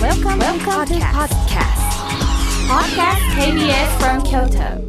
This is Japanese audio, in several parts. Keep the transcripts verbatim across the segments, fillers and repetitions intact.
Welcome, Welcome to podcast. Podcast ケービーエス from Kyoto.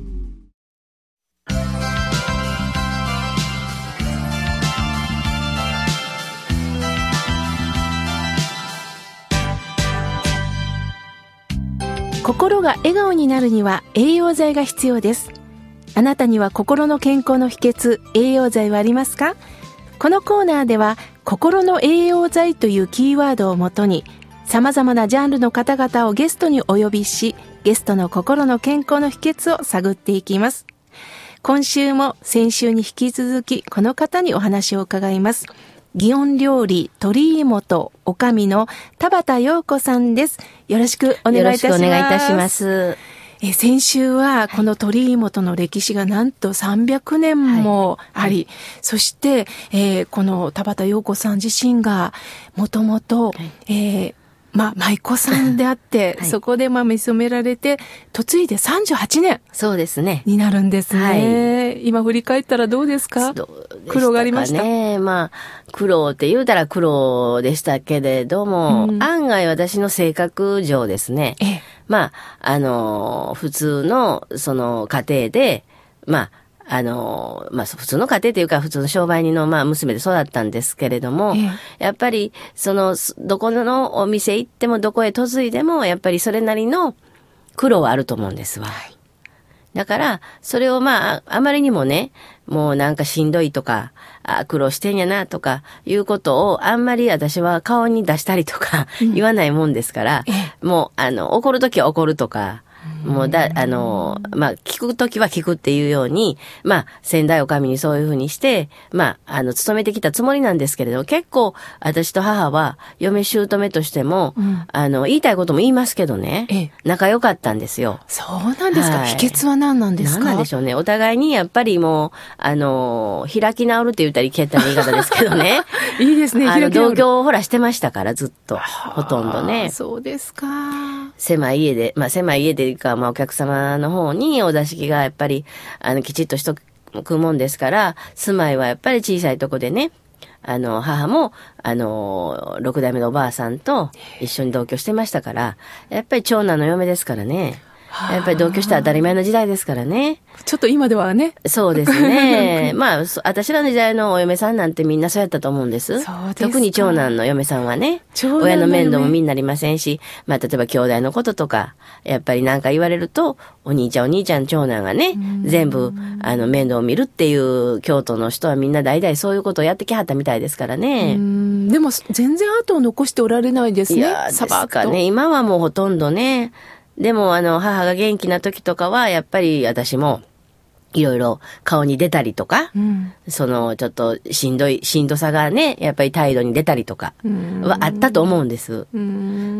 心が笑顔になるには栄養剤が必要です。あなたには心の健康の秘訣、栄養剤はありますか？このコーナーでは心の栄養剤というキーワードをもとに様々なジャンルの方々をゲストにお呼びし、ゲストの心の健康の秘訣を探っていきます。今週も先週に引き続きこの方にお話を伺います。祇園料理鳥居本おかみの田畑陽子さんです。よろしくお願いいたします。 よろしくお願いいたします。 え先週はこの鳥居本の歴史がなんとさんびゃくねんもあり、はいはい、そして、えー、この田畑陽子さん自身がもともと、えーまあ、舞妓さんであって、はい、そこでまあ見初められて、嫁いでさんじゅうはちねん。 そうですね。 になるんですね。はい、今振り返ったらどうですか？どうでしたかね。苦労がありました。 ね、まあ、苦労って言うたら苦労でしたけれども、うん、案外私の性格上ですね。ええ、まあ、あの、普通の、その家庭で、まあ、あの、まあ、普通の家庭というか、普通の商売人の、まあ、娘で育ったんですけれども、ええ、やっぱり、その、どこのお店行っても、どこへ嫁いでも、やっぱりそれなりの苦労はあると思うんですわ。はい、だから、それをまあ、あまりにもね、もうなんかしんどいとか、あ苦労してんやなとか、いうことを、あんまり私は顔に出したりとか、言わないもんですから、うん、もう、あの、怒るときは怒るとか、もうだ、あの、まあ、聞くときは聞くっていうように、まあ、先代お上にそういうふうにして、まあ、あの、勤めてきたつもりなんですけれど、結構、私と母は、嫁姑としても、うん、あの、言いたいことも言いますけどね、ええ、仲良かったんですよ。 そうなんですか、はい、秘訣は何なんですか？ 何なんでしょうね。お互いに、やっぱりもう、あの、開き直るって言ったらいけた言い方ですけどね。 いいですね、 あの、同居をほらしてましたから、ずっと。ほとんどね。 そうですか。 狭い家で、まあ狭い家でか、まあお客様の方にお座敷がやっぱり、あの、きちっとしとくもんですから、住まいはやっぱり小さいとこでね、あの、母も、あの、六代目のおばあさんと一緒に同居してましたから、やっぱり長男の嫁ですからね。やっぱり同居したら当たり前の時代ですからね。 ちょっと今ではね。 そうですね。まあ、私らの時代のお嫁さんなんてみんなそうやったと思うんです。そうですか。特に長男の嫁さんはね、親の面倒もみんなりませんし、まあ、例えば兄弟のこととか、やっぱり何か言われると、お兄ちゃんお兄ちゃん長男がね、全部、あの、面倒を見るっていう京都の人はみんな代々そういうことをやってきはったみたいですからね。 うんでも、全然後を残しておられないですね。いや、 ですかね。今はもうほとんどね、でもあの母が元気な時とかはやっぱり私もいろいろ顔に出たりとか、うん、そのちょっとしんどい、しんどさがね、やっぱり態度に出たりとかはあったと思うんです。うん、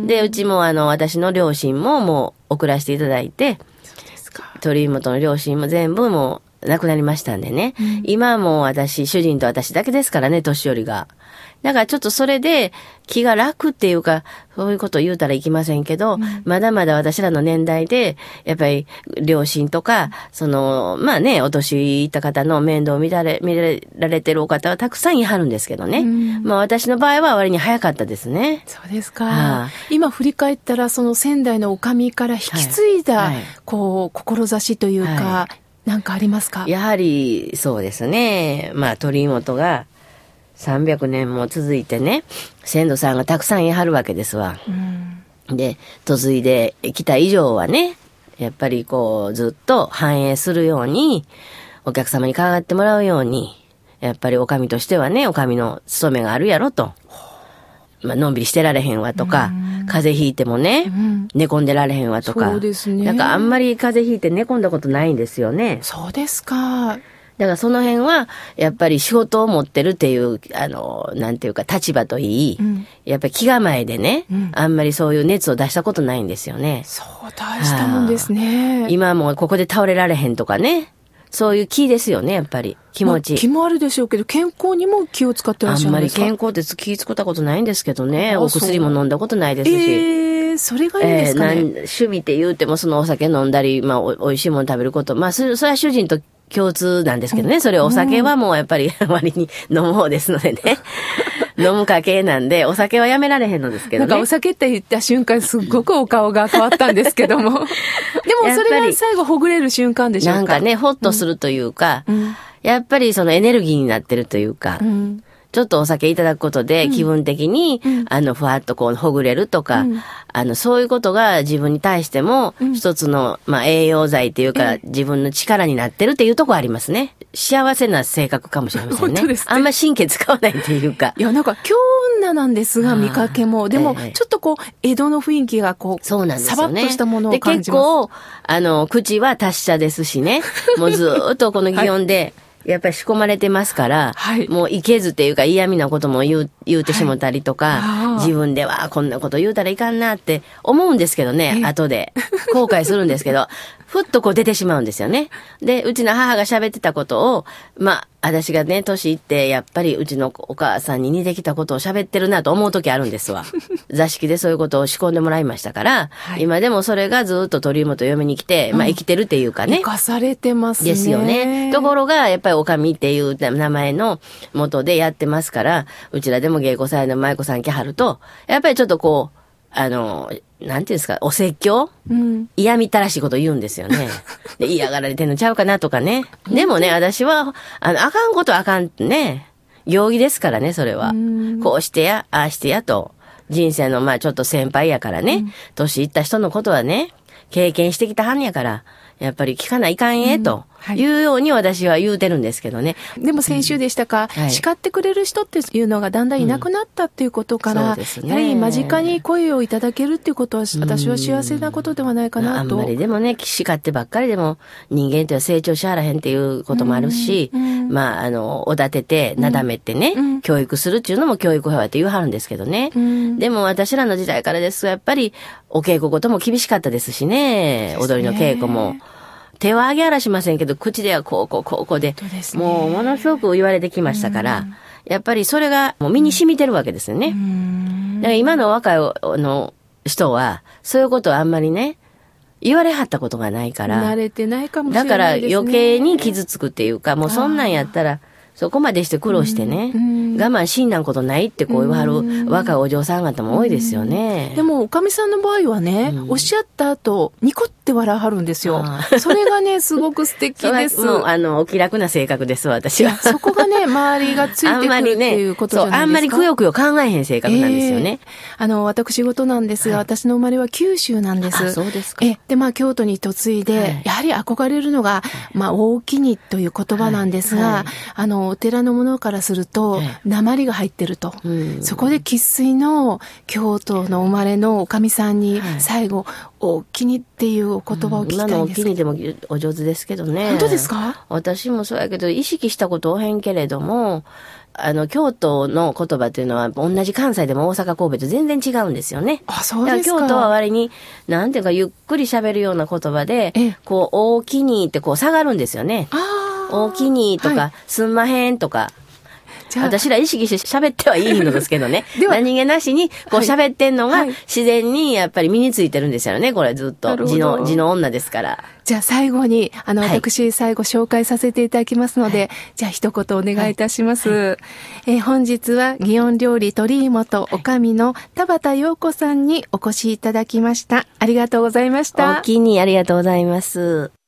で、うちもあの私の両親ももう送らせていただいて、そうですか。鳥居本の両親も全部もう亡くなりましたんでね、うん、今はもう私、主人と私だけですからね、年寄りが。だからちょっとそれで気が楽っていうか、そういうことを言うたらいきませんけど、うん、まだまだ私らの年代で、やっぱり両親とか、その、まあね、お年いった方の面倒を見られ、見られてるお方はたくさんいはるんですけどね。うん、まあ私の場合は割に早かったですね。 そうですか。はあ、今振り返ったら、その仙台のおかみから引き継いだ、はいはい、こう、志というか、はい、なんかありますか？ やはり、そうですね。まあ鳥居本が、さんびゃくねんも続いてね、先祖さんがたくさんいはるわけですわ。うん、で、嫁いできた以上はね、やっぱりこう、ずっと反映するように、お客様に可愛がってもらうように、やっぱりお上としてはね、お上の務めがあるやろと。まあ、のんびりしてられへんわとか、風邪ひいてもね、うん、寝込んでられへんわとか。そうですね。なんかあんまり風邪ひいて寝込んだことないんですよね。 そうですか。 だからその辺は、やっぱり仕事を持ってるっていう、あの、なんていうか立場といい、うん、やっぱり気構えでね、うん、あんまりそういう熱を出したことないんですよね。 そう、大したもんですね。 今もうここで倒れられへんとかね。そういう気ですよね、やっぱり。気持ち。 まあ、気もあるでしょうけど、健康にも気を使ってらっしゃるんですか？ あんまり健康って気使ったことないんですけどね。お薬も飲んだことないですし。 えー、それがいいんですかね。えー、 趣味って言うても、そのお酒飲んだり、まあお、おいしいもの食べること。まあ、それ、それは主人と共通なんですけどね。それお酒はもうやっぱり割に飲む方ですのでね。 飲む家系なんで、お酒はやめられへんのですけどね。 なんかお酒って言った瞬間、すっごくお顔が変わったんですけども。でもそれが最後ほぐれる瞬間でしょうか。 なんかね、ほっとするというか、うん、やっぱりそのエネルギーになってるというか、うん、ちょっとお酒いただくことで気分的に、うん、あの、ふわっとこうほぐれるとか、うん、あの、そういうことが自分に対しても、一つの、まあ、栄養剤っていうか、うん、自分の力になってるっていうところありますね。幸せな性格かもしれませんね。 本当ですね。 あんま神経使わないっていうか。 いや、なんか、京女なんですが、見かけも。でも、ええ、ちょっとこう、江戸の雰囲気がこう、 そうなんですよね。 サバッとしたものを感じます。 で、結構、あの、口は達者ですしね。もうずーっとこの祇園で、はいやっぱり仕込まれてますから、はい、もういけずっていうか嫌味なことも言う、言うてしもたりとか、はい、自分ではこんなこと言うたらいかんなって思うんですけどね、後で。後悔するんですけど、ふっとこう出てしまうんですよね。で、うちの母が喋ってたことを、まあ、私がね、年いって、やっぱりうちのお母さんに似てきたことを喋ってるなと思う時あるんですわ。座敷でそういうことを仕込んでもらいましたから、はい、今でもそれがずっと鳥居嫁に来て、まあ生きてるっていうかね。 生かされてますね。 ですよね。ところが、やっぱりおかみっていう名前の元でやってますから、うちらでも芸妓祭の舞妓さん来はると、やっぱりちょっとこう、あの、なんていうんですか、お説教、うん、嫌みたらしいこと言うんですよね。で、嫌がられてんのちゃうかなとかね。でもね、私は、あの、あかんことはあかんってね、行儀ですからね、それは。こうしてや、ああしてやと。人生の、まあちょっと先輩やからね、年、うん、いった人のことはね、経験してきたはんやから、やっぱり聞かないかんえ、というように私は言うてるんですけどね。 でも先週でしたか、うんはい、叱ってくれる人っていうのがだんだんいなくなったっていうことから、うんそうですね、やはり間近に声をいただけるっていうことは、私は幸せなことではないかなと。 あんまりでもね、叱ってばっかりでも人間っては成長しはらへんっていうこともあるし、うんうん、まあ、あの、おだてて、なだめてね、うん、教育するっていうのも教育法やって言うはるんですけどね。うん、でも私らの時代からですと、やっぱりお稽古事も厳しかったですしね、踊りの稽古も。手は上げあらしませんけど、口ではこうこうこうこうで、もうものすごく言われてきましたから、やっぱりそれがもう身に染みてるわけですよね。だから今の若いの人は、そういうことはあんまりね、言われはったことがないから。 慣れてないかもしれないですね。 だから余計に傷つくっていうか、もうそんなんやったら、そこまでして苦労してね、うんうん、我慢しんなんことないってこう言わはる若いお嬢さん方も多いですよね。 うん、でもおかみさんの場合はね、うん、おっしゃった後ニコって笑わはるんですよ。それがねすごく素敵です。 もうあのお気楽な性格です私は。 そこがね周りがついてくるっていうことじゃないですか。 あんまりくよくよ考えへん性格なんですよね。 えー、あの私事なんですが、はい、私の生まれは九州なんです。 あ、そうですか。 えでまあ京都に嫁いで、はい、やはり憧れるのがまあ大きにという言葉なんですが、はいはい、あのお寺のものからすると鉛が入ってると、うん、そこで生粋の京都の生まれのおかみさんに最後、はい、おきにっていうお言葉を聞きたいんです。今のおきにでもお上手ですけどね。 本当ですか？ 私もそうやけど意識したことおへんけれども、あの京都の言葉というのは同じ関西でも大阪神戸と全然違うんですよね。 あ、そうですか。 京都は割になんていうかゆっくり喋るような言葉で、こう大きにってこう下がるんですよね。あ、大きにとか、はい、すんまへんとか。私ら意識して喋ってはいいのですけどね。何気なしにこう喋ってんのが自然にやっぱり身についてるんですよね。これずっと字の字の女ですから。 じゃあ最後にあの、はい、私最後紹介させていただきますので、はい、じゃあ一言お願いいたします。はいはい、えー、本日は祇園料理鳥居元おかみの田畑陽子さんにお越しいただきました。ありがとうございました。 おおきにありがとうございます。